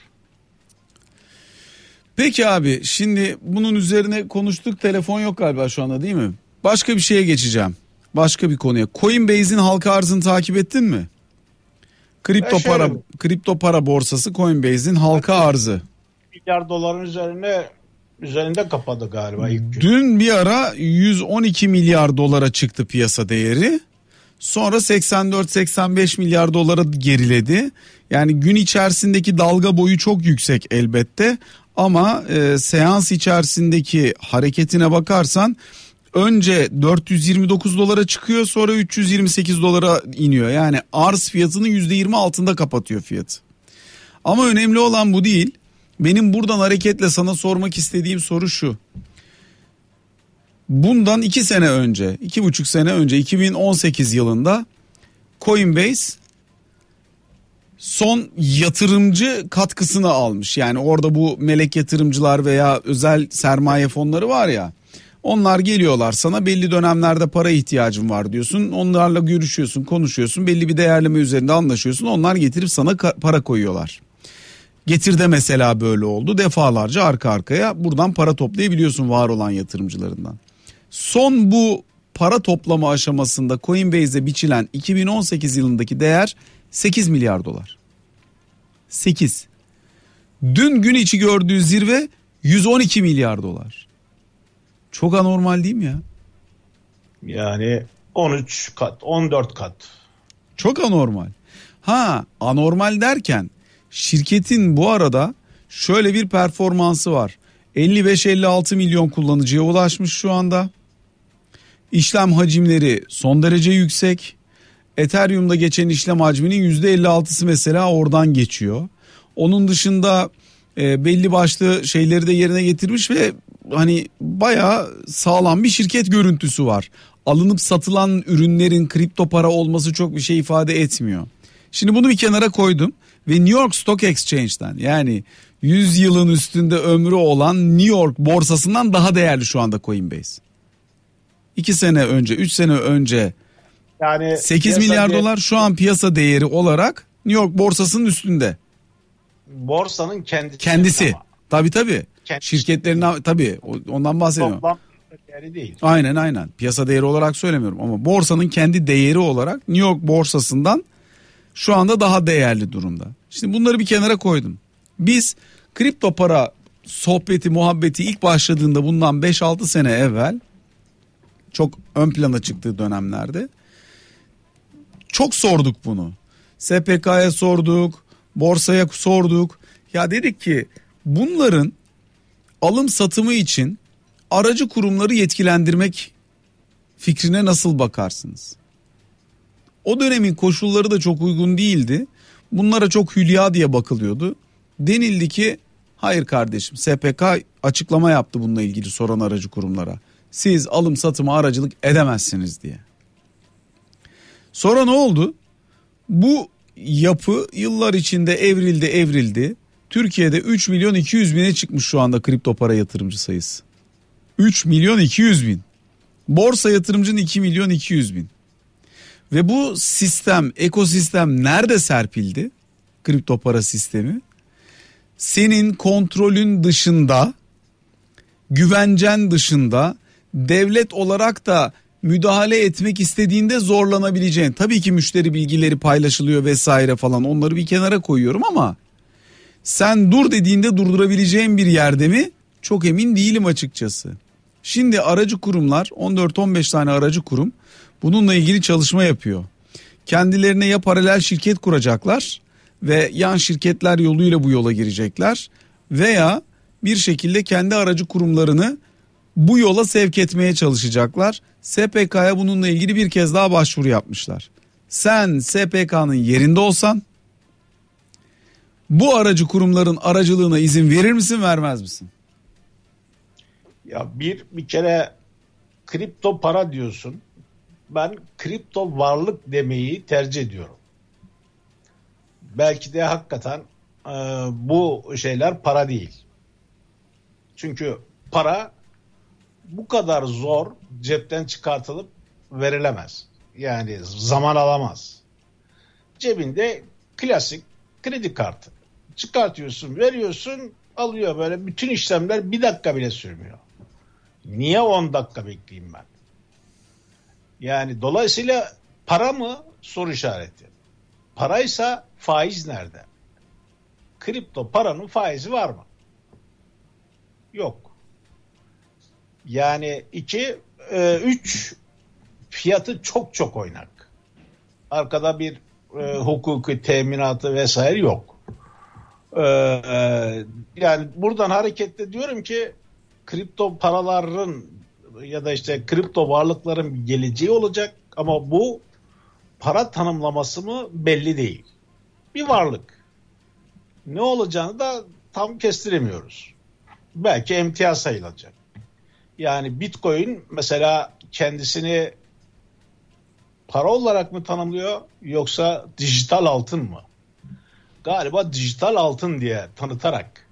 Peki abi, şimdi bunun üzerine konuştuk. Telefon yok galiba şu anda, değil mi? Başka bir şeye geçeceğim. Başka bir konuya. Coinbase'in halka arzını takip ettin mi? Kripto şöyle, para kripto para borsası Coinbase'in halka arzı. Milyar doların üzerine üzerinde kapadı galiba ilk gün. Dün bir ara yüz on iki milyar dolara çıktı piyasa değeri. Sonra seksen dört seksen beş milyar dolara geriledi. Yani gün içerisindeki dalga boyu çok yüksek elbette. Ama e, seans içerisindeki hareketine bakarsan önce dört yüz yirmi dokuz dolara çıkıyor, sonra üç yüz yirmi sekiz dolara iniyor. Yani arz fiyatının yüzde yirmi altında kapatıyor fiyatı. Ama önemli olan bu değil. Benim buradan hareketle sana sormak istediğim soru şu. Bundan iki sene önce, iki buçuk sene önce, iki bin on sekiz yılında Coinbase son yatırımcı katkısını almış. Yani orada bu melek yatırımcılar veya özel sermaye fonları var ya. Onlar geliyorlar sana, belli dönemlerde para ihtiyacın var diyorsun. Onlarla görüşüyorsun, konuşuyorsun, belli bir değerleme üzerinde anlaşıyorsun. Onlar getirip sana para koyuyorlar. Getir'de mesela böyle oldu. Defalarca arka arkaya buradan para toplayabiliyorsun var olan yatırımcılarından. Son bu para toplama aşamasında Coinbase'e biçilen iki bin on sekiz yılındaki değer sekiz milyar dolar. sekiz. Dün gün içi gördüğü zirve yüz on iki milyar dolar. Çok anormal değil mi ya? Yani on üç kat, on dört kat. Çok anormal. Ha, anormal derken şirketin bu arada şöyle bir performansı var. elli beş elli altı milyon kullanıcıya ulaşmış şu anda. İşlem hacimleri son derece yüksek. Ethereum'da geçen işlem hacminin yüzde elli altısı mesela oradan geçiyor. Onun dışında e, belli başlı şeyleri de yerine getirmiş ve hani bayağı sağlam bir şirket görüntüsü var. Alınıp satılan ürünlerin kripto para olması çok bir şey ifade etmiyor. Şimdi bunu bir kenara koydum ve New York Stock Exchange'den, yani yüz yılın üstünde ömrü olan New York borsasından daha değerli şu anda Coinbase. iki sene önce, üç sene önce yani sekiz milyar değeri, dolar, şu an piyasa değeri olarak New York borsasının üstünde. Borsanın kendisi. Kendisi. Ama. Tabii tabii. Kendisi. Şirketlerine tabii ondan bahsediyorum. Toplam değeri değil. Aynen aynen. Piyasa değeri olarak söylemiyorum ama borsanın kendi değeri olarak New York borsasından şu anda daha değerli durumda. Şimdi bunları bir kenara koydum. Biz kripto para sohbeti, muhabbeti ilk başladığında bundan beş altı sene evvel, çok ön plana çıktığı dönemlerde çok sorduk bunu. S P K'ya sorduk, borsaya sorduk. Ya dedik ki bunların alım satımı için aracı kurumları yetkilendirmek fikrine nasıl bakarsınız? O dönemin koşulları da çok uygun değildi. Bunlara çok hülya diye bakılıyordu. Denildi ki hayır kardeşim, S P K açıklama yaptı bununla ilgili soran aracı kurumlara. Siz alım satıma aracılık edemezsiniz diye. Sonra ne oldu? Bu yapı yıllar içinde evrildi evrildi. Türkiye'de üç milyon iki yüz bine çıkmış şu anda kripto para yatırımcı sayısı. üç milyon iki yüz bin. Borsa yatırımcının iki milyon iki yüz bin. Ve bu sistem, ekosistem nerede serpildi? Kripto para sistemi. Senin kontrolün dışında, güvencen dışında, devlet olarak da müdahale etmek istediğinde zorlanabileceğin. Tabii ki müşteri bilgileri paylaşılıyor vesaire falan, onları bir kenara koyuyorum ama sen dur dediğinde durdurabileceğin bir yerde mi? Çok emin değilim açıkçası. Şimdi aracı kurumlar, on dört on beş tane aracı kurum bununla ilgili çalışma yapıyor. Kendilerine ya paralel şirket kuracaklar ve yan şirketler yoluyla bu yola girecekler veya bir şekilde kendi aracı kurumlarını bu yola sevk etmeye çalışacaklar. S P K'ya bununla ilgili bir kez daha başvuru yapmışlar. Sen S P K'nın yerinde olsan bu aracı kurumların aracılığına izin verir misin, vermez misin? Ya bir bir kere kripto para diyorsun. Ben kripto varlık demeyi tercih ediyorum. Belki de hakikaten e, bu şeyler para değil. Çünkü para bu kadar zor cepten çıkartılıp verilemez. Yani zaman alamaz. Cebinde klasik kredi kartı. Çıkartıyorsun, veriyorsun, alıyor, böyle bütün işlemler bir dakika bile sürmüyor. Niye on dakika bekleyeyim ben? Yani dolayısıyla para mı? Soru işareti. Paraysa faiz nerede? Kripto paranın faizi var mı? Yok. Yani iki, e, üç fiyatı çok çok oynak. Arkada bir e, hukuki teminatı vesaire yok. E, e, yani buradan hareketle diyorum ki kripto paraların ya da işte kripto varlıkların geleceği olacak ama bu para tanımlaması mı belli değil. Bir varlık. Ne olacağını da tam kestiremiyoruz. Belki emtia sayılacak. Yani Bitcoin mesela kendisini para olarak mı tanımlıyor yoksa dijital altın mı? Galiba dijital altın diye tanıtarak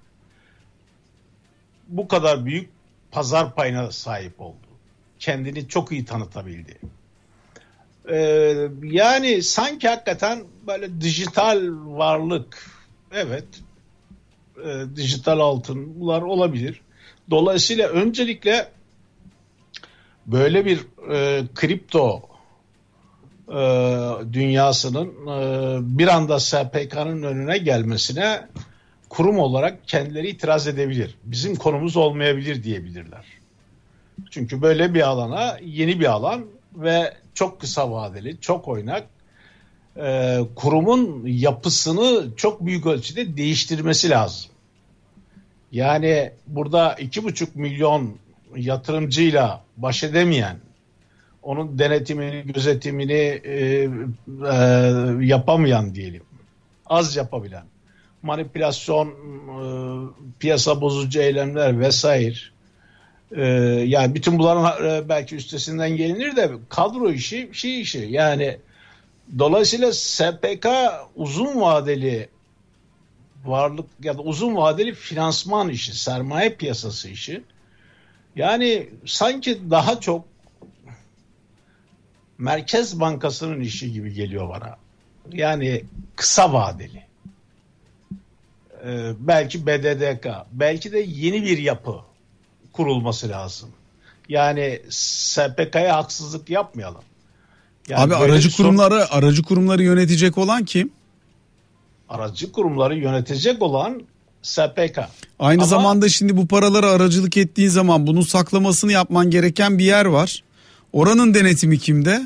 bu kadar büyük pazar payına sahip oldu. Kendini çok iyi tanıtabildi. Ee, yani sanki hakikaten böyle dijital varlık, evet, e, dijital altın bunlar olabilir. Dolayısıyla öncelikle böyle bir e, kripto e, dünyasının e, bir anda S P K'nın önüne gelmesine kurum olarak kendileri itiraz edebilir. Bizim konumuz olmayabilir diyebilirler. Çünkü böyle bir alana, yeni bir alan ve çok kısa vadeli, çok oynak, e, kurumun yapısını çok büyük ölçüde değiştirmesi lazım. Yani burada iki buçuk milyon yatırımcıyla baş edemeyen, onun denetimini, gözetimini e, e, yapamayan diyelim, az yapabilen, manipülasyon, e, piyasa bozucu eylemler vesaire, e, yani bütün bunların e, belki üstesinden gelinir de kadro işi, şey işi. Yani dolayısıyla S P K uzun vadeli varlık ya da uzun vadeli finansman işi, sermaye piyasası işi. Yani sanki daha çok Merkez Bankası'nın işi gibi geliyor bana. Yani kısa vadeli. Ee, belki B D D K, belki de yeni bir yapı kurulması lazım. Yani S P K'ya haksızlık yapmayalım. Yani abi aracı sorun... kurumları aracı kurumları yönetecek olan kim? Aracı kurumları yönetecek olan S P K. Aynı Ama... zamanda şimdi bu paraları aracılık ettiğin zaman bunun saklamasını yapman gereken bir yer var. Oranın denetimi kimde?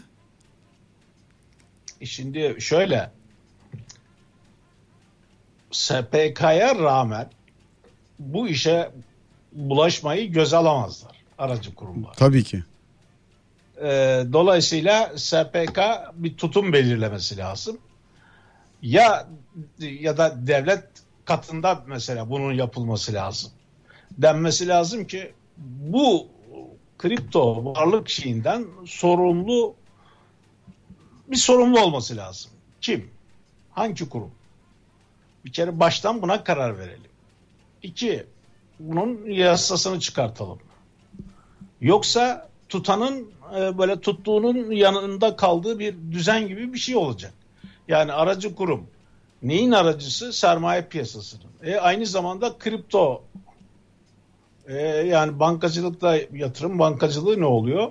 Şimdi şöyle, S P K'ya rağmen bu işe bulaşmayı göze alamazlar aracı kurumlar. Tabii ki. Ee, dolayısıyla S P K bir tutum belirlemesi lazım. Ya ya da devlet katında mesela bunun yapılması lazım. Denmesi lazım ki bu kripto varlık şeyinden sorumlu bir sorumlu olması lazım. Kim? Hangi kurum? Bir kere baştan buna karar verelim. İki, bunun yasasını çıkartalım. Yoksa tutanın e, böyle tuttuğunun yanında kaldığı bir düzen gibi bir şey olacak. Yani aracı kurum. Neyin aracısı? Sermaye piyasasının. E, aynı zamanda kripto. E, yani bankacılıkta yatırım bankacılığı ne oluyor?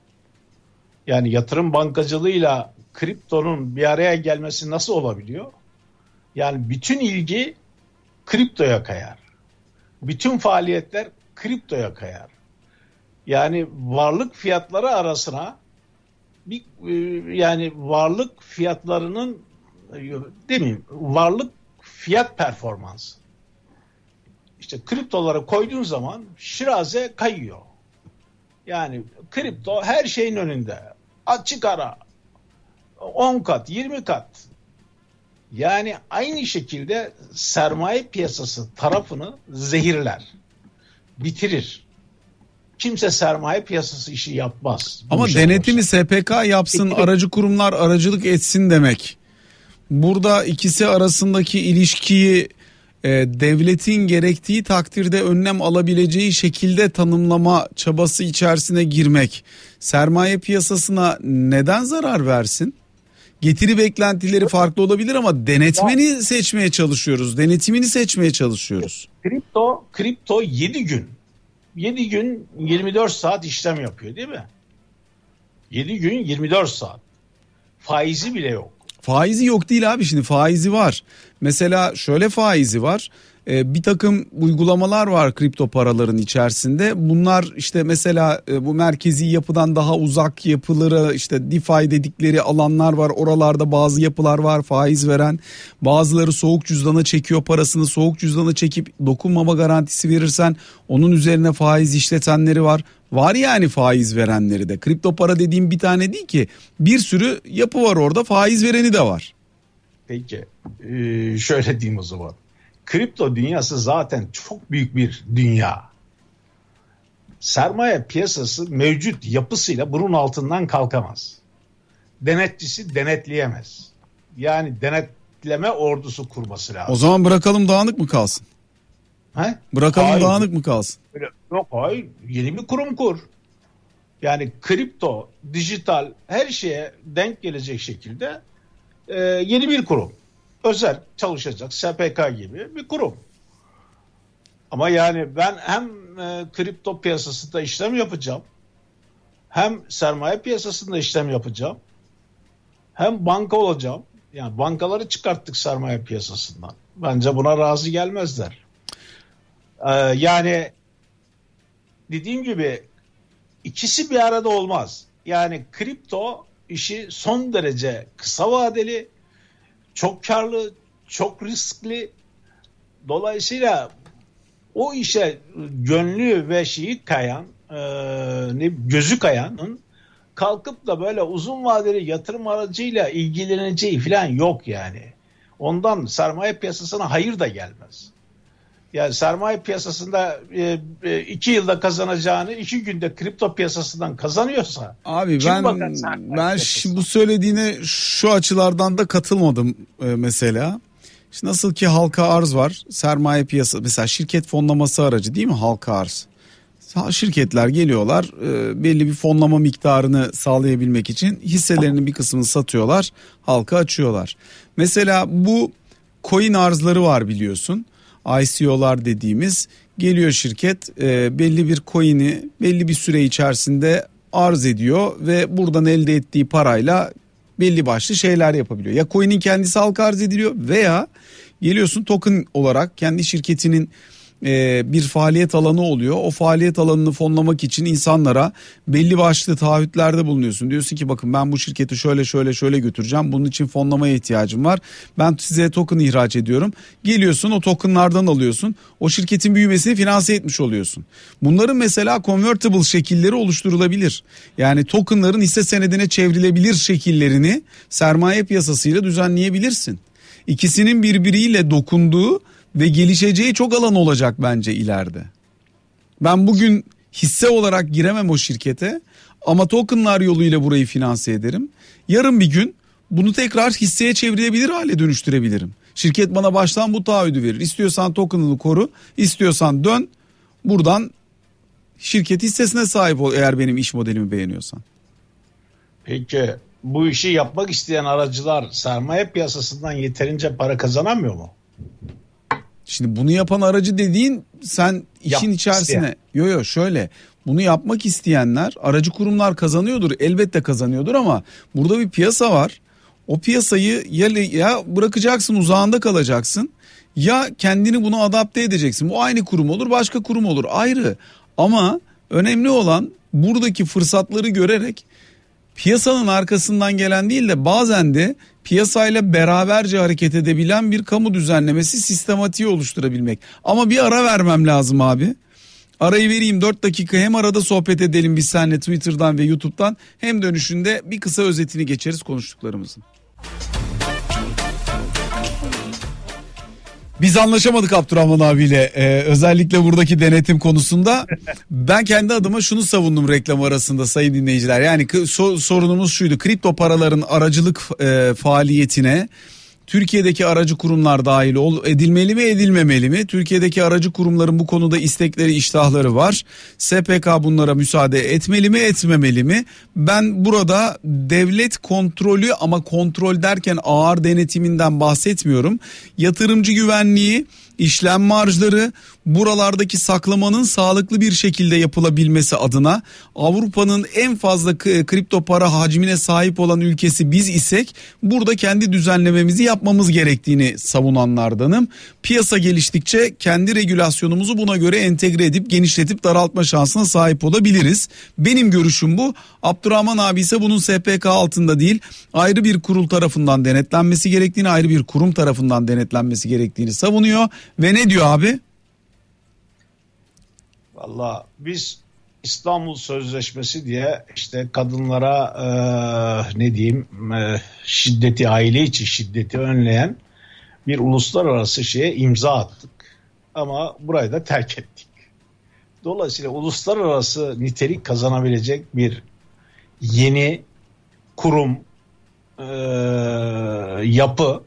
Yani yatırım bankacılığıyla kriptonun bir araya gelmesi nasıl olabiliyor? Yani bütün ilgi kriptoya kayar. Bütün faaliyetler kriptoya kayar. Yani varlık fiyatları arasına bir yani varlık fiyatlarının demeyeyim varlık fiyat performansı. İşte kriptolara koyduğun zaman şiraze kayıyor. Yani kripto her şeyin önünde. Açık ara on kat, yirmi kat. Yani aynı şekilde sermaye piyasası tarafını zehirler. Bitirir. Kimse sermaye piyasası işi yapmaz. Ama denetimi olursa. S P K yapsın, Peki. aracı kurumlar aracılık etsin demek. Burada ikisi arasındaki ilişkiyi e, devletin gerektiği takdirde önlem alabileceği şekilde tanımlama çabası içerisine girmek sermaye piyasasına neden zarar versin? Getiri beklentileri farklı olabilir ama denetmeni ya, seçmeye çalışıyoruz. Denetimini seçmeye çalışıyoruz. Kripto, kripto yedi gün. yedi gün yirmi dört saat işlem yapıyor değil mi? yedi gün yirmi dört saat. Faizi bile yok. Faizi yok değil abi, şimdi faizi var. Mesela şöyle faizi var. Ee, bir takım uygulamalar var kripto paraların içerisinde. Bunlar işte mesela e, bu merkezi yapıdan daha uzak yapıları, işte DeFi dedikleri alanlar var. Oralarda bazı yapılar var faiz veren. Bazıları soğuk cüzdana çekiyor parasını. Soğuk cüzdana çekip dokunmama garantisi verirsen onun üzerine faiz işletenleri var. Var yani faiz verenleri de. Kripto para dediğim bir tane değil ki. Bir sürü yapı var orada, faiz vereni de var. Peki ee, şöyle diyeyim o zaman. Kripto dünyası zaten çok büyük bir dünya. Sermaye piyasası mevcut yapısıyla bunun altından kalkamaz. Denetçisi denetleyemez. Yani denetleme ordusu kurması lazım. O zaman bırakalım dağınık mı kalsın? He? Bırakalım hayır. dağınık mı kalsın? Öyle, yok hayır. Yeni bir kurum kur. Yani kripto, dijital her şeye denk gelecek şekilde e, yeni bir kurum. Özel çalışacak S P K gibi bir kurum. Ama yani ben hem e, kripto piyasasında işlem yapacağım, hem sermaye piyasasında işlem yapacağım, hem banka olacağım. Yani bankaları çıkarttık sermaye piyasasından. Bence buna razı gelmezler. Ee, yani dediğim gibi ikisi bir arada olmaz. Yani kripto işi son derece kısa vadeli, çok karlı, çok riskli. Dolayısıyla o işe gönlü ve şeyi kayan, e, ne, gözü kayanın kalkıp da böyle uzun vadeli yatırım aracıyla ilgileneceği falan yok yani. Ondan sermaye piyasasına hayır da gelmez. Yani sermaye piyasasında e, e, iki yılda kazanacağını iki günde kripto piyasasından kazanıyorsa. Abi ben ben şimdi bu söylediğine şu açılardan da katılmadım e, mesela. İşte nasıl ki halka arz var, sermaye piyasası mesela şirket fonlaması aracı değil mi halka arz? Şirketler geliyorlar e, belli bir fonlama miktarını sağlayabilmek için hisselerinin bir kısmını satıyorlar, halka açıyorlar. Mesela bu coin arzları var biliyorsun, I C O'lar dediğimiz. Geliyor şirket e, belli bir coin'i belli bir süre içerisinde arz ediyor ve buradan elde ettiği parayla belli başlı şeyler yapabiliyor. Ya coin'in kendisi halka arz ediliyor veya geliyorsun token olarak kendi şirketinin e, bir faaliyet alanı oluyor. O faaliyet alanını fonlamak için insanlara belli başlı taahhütlerde bulunuyorsun. Diyorsun ki bakın ben bu şirketi şöyle şöyle şöyle götüreceğim. Bunun için fonlamaya ihtiyacım var. Ben size token ihraç ediyorum. Geliyorsun o tokenlardan alıyorsun. O şirketin büyümesini finanse etmiş oluyorsun. Bunların mesela convertible şekilleri oluşturulabilir. Yani tokenların hisse senedine çevrilebilir şekillerini sermaye piyasasıyla düzenleyebilirsin. İkisinin birbiriyle dokunduğu ve gelişeceği çok alan olacak bence ileride. Ben bugün hisse olarak giremem o şirkete ama tokenlar yoluyla burayı finanse ederim. Yarın bir gün bunu tekrar hisseye çevirebilir hale dönüştürebilirim. Şirket bana baştan bu taahhüdü verir. İstiyorsan tokenını koru, istiyorsan dön. Buradan şirket hissesine sahip ol eğer benim iş modelimi beğeniyorsan. Peki bu işi yapmak isteyen aracılar sermaye piyasasından yeterince para kazanamıyor mu? Şimdi bunu yapan aracı dediğin sen işin Yap, içerisine. isteyen. Yo yo şöyle, bunu yapmak isteyenler, aracı kurumlar kazanıyordur, elbette kazanıyordur ama burada bir piyasa var. O piyasayı ya, ya bırakacaksın, uzağında kalacaksın ya kendini buna adapte edeceksin. Bu aynı kurum olur, başka kurum olur, ayrı. Ama önemli olan buradaki fırsatları görerek piyasanın arkasından gelen değil de bazen de piyasayla beraberce hareket edebilen bir kamu düzenlemesi sistematiği oluşturabilmek. Ama bir ara vermem lazım abi. Arayı vereyim dört dakika, hem arada sohbet edelim biz seninle Twitter'dan ve YouTube'dan, hem dönüşünde bir kısa özetini geçeriz konuştuklarımızın. Biz anlaşamadık Abdurrahman abiyle ee, özellikle buradaki denetim konusunda. Ben kendi adıma şunu savundum reklam arasında sayın dinleyiciler. Yani so- sorunumuz şuydu: kripto paraların aracılık e, faaliyetine Türkiye'deki aracı kurumlar dahil ol, edilmeli mi edilmemeli mi? Türkiye'deki aracı kurumların bu konuda istekleri, iştahları var. S P K bunlara müsaade etmeli mi etmemeli mi? Ben burada devlet kontrolü, ama kontrol derken ağır denetiminden bahsetmiyorum. Yatırımcı güvenliği, işlem marjları, buralardaki saklamanın sağlıklı bir şekilde yapılabilmesi adına, Avrupa'nın en fazla kripto para hacmine sahip olan ülkesi biz isek burada kendi düzenlememizi yapmamız gerektiğini savunanlardanım. Piyasa geliştikçe kendi regülasyonumuzu buna göre entegre edip genişletip daraltma şansına sahip olabiliriz. Benim görüşüm bu. Abdurrahman abi ise bunun S P K altında değil, ayrı bir kurul tarafından denetlenmesi gerektiğini, ayrı bir kurum tarafından denetlenmesi gerektiğini savunuyor. Ve ne diyor abi? Valla biz İstanbul Sözleşmesi diye işte kadınlara e, ne diyeyim e, şiddeti, aile içi şiddeti önleyen bir uluslararası şeye imza attık. Ama burayı da terk ettik. Dolayısıyla uluslararası nitelik kazanabilecek bir yeni kurum, e, yapı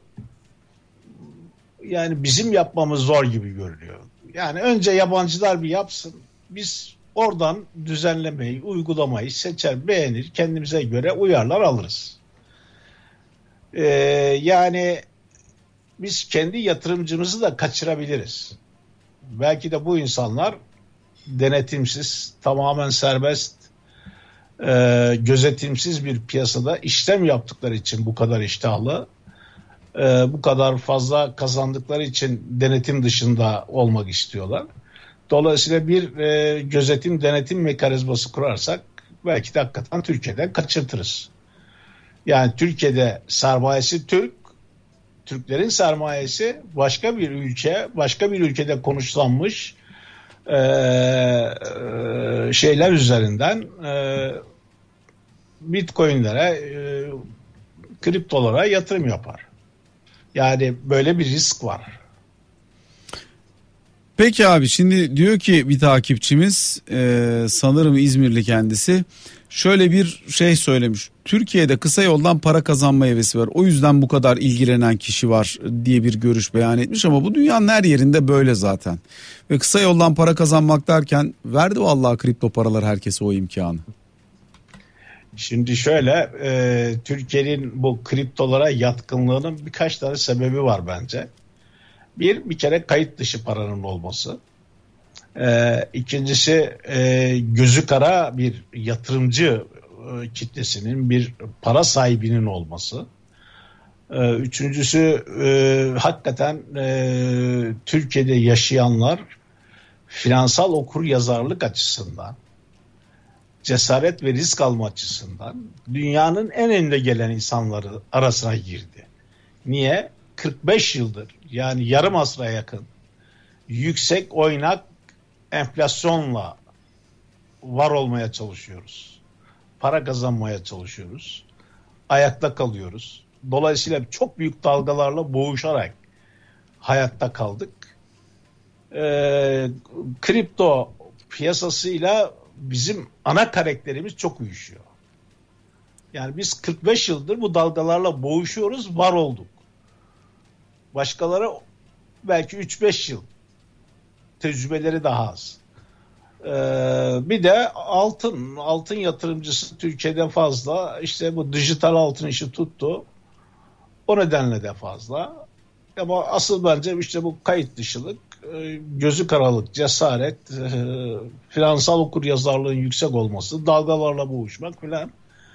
yani bizim yapmamız zor gibi görünüyor. Yani önce yabancılar bir yapsın. Biz oradan düzenlemeyi, uygulamayı seçer, beğenir, kendimize göre uyarlar alırız. Ee, yani biz kendi yatırımcımızı da kaçırabiliriz. Belki de bu insanlar denetimsiz, tamamen serbest, e, gözetimsiz bir piyasada işlem yaptıkları için bu kadar iştahlı, e, bu kadar fazla kazandıkları için denetim dışında olmak istiyorlar. Dolayısıyla bir e, gözetim, denetim mekanizması kurarsak belki de hakikaten Türkiye'den kaçırtırız. Yani Türkiye'de sermayesi Türk, Türklerin sermayesi başka bir ülke, başka bir ülkede konuşlanmış e, e, şeyler üzerinden e, bitcoinlere, e, kriptolara yatırım yapar. Yani böyle bir risk var. Peki abi, şimdi diyor ki bir takipçimiz, e, sanırım İzmirli kendisi, şöyle bir şey söylemiş. Türkiye'de kısa yoldan para kazanma hevesi var, o yüzden bu kadar ilgilenen kişi var diye bir görüş beyan etmiş, ama bu dünyanın her yerinde böyle zaten. Ve kısa yoldan para kazanmak derken verdi vallahi kripto paralar herkese o imkanı. Şimdi şöyle, e, Türkiye'nin bu kriptolara yatkınlığının birkaç tane sebebi var bence. Bir, bir kere kayıt dışı paranın olması. Ee, ikincisi e, gözü kara bir yatırımcı e, kitlesinin, bir para sahibinin olması. Ee, üçüncüsü e, hakikaten e, Türkiye'de yaşayanlar finansal okuryazarlık açısından, cesaret ve risk alma açısından dünyanın en önde gelen insanları arasına girdi. Niye? kırk beş yıldır, yani yarım asra yakın yüksek oynak enflasyonla var olmaya çalışıyoruz. Para kazanmaya çalışıyoruz. Ayakta kalıyoruz. Dolayısıyla çok büyük dalgalarla boğuşarak hayatta kaldık. Ee, kripto piyasasıyla bizim ana karakterimiz çok uyuşuyor. Yani biz kırk beş yıldır bu dalgalarla boğuşuyoruz, var olduk. Başkaları belki üç beş yıl, tecrübeleri daha az. Ee, bir de altın, altın yatırımcısı Türkiye'de fazla. İşte bu dijital altın işi tuttu. O nedenle de fazla. Ama asıl bence işte bu kayıt dışılık, gözü karalık, cesaret, finansal okuryazarlığın yüksek olması, dalgalarla boğuşmak filan.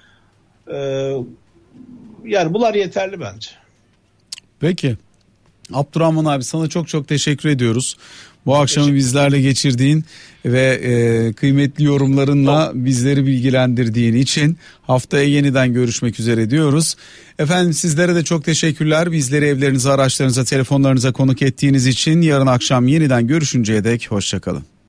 Ee, yani bunlar yeterli bence. Peki. Abdurrahman abi, sana çok çok teşekkür ediyoruz. Bu akşamı bizlerle geçirdiğin ve e, kıymetli yorumlarınla çok bizleri bilgilendirdiğin için. Haftaya yeniden görüşmek üzere diyoruz. Efendim, sizlere de çok teşekkürler. Bizleri evlerinize, araçlarınıza, telefonlarınıza konuk ettiğiniz için. Yarın akşam yeniden görüşünceye dek hoşça kalın.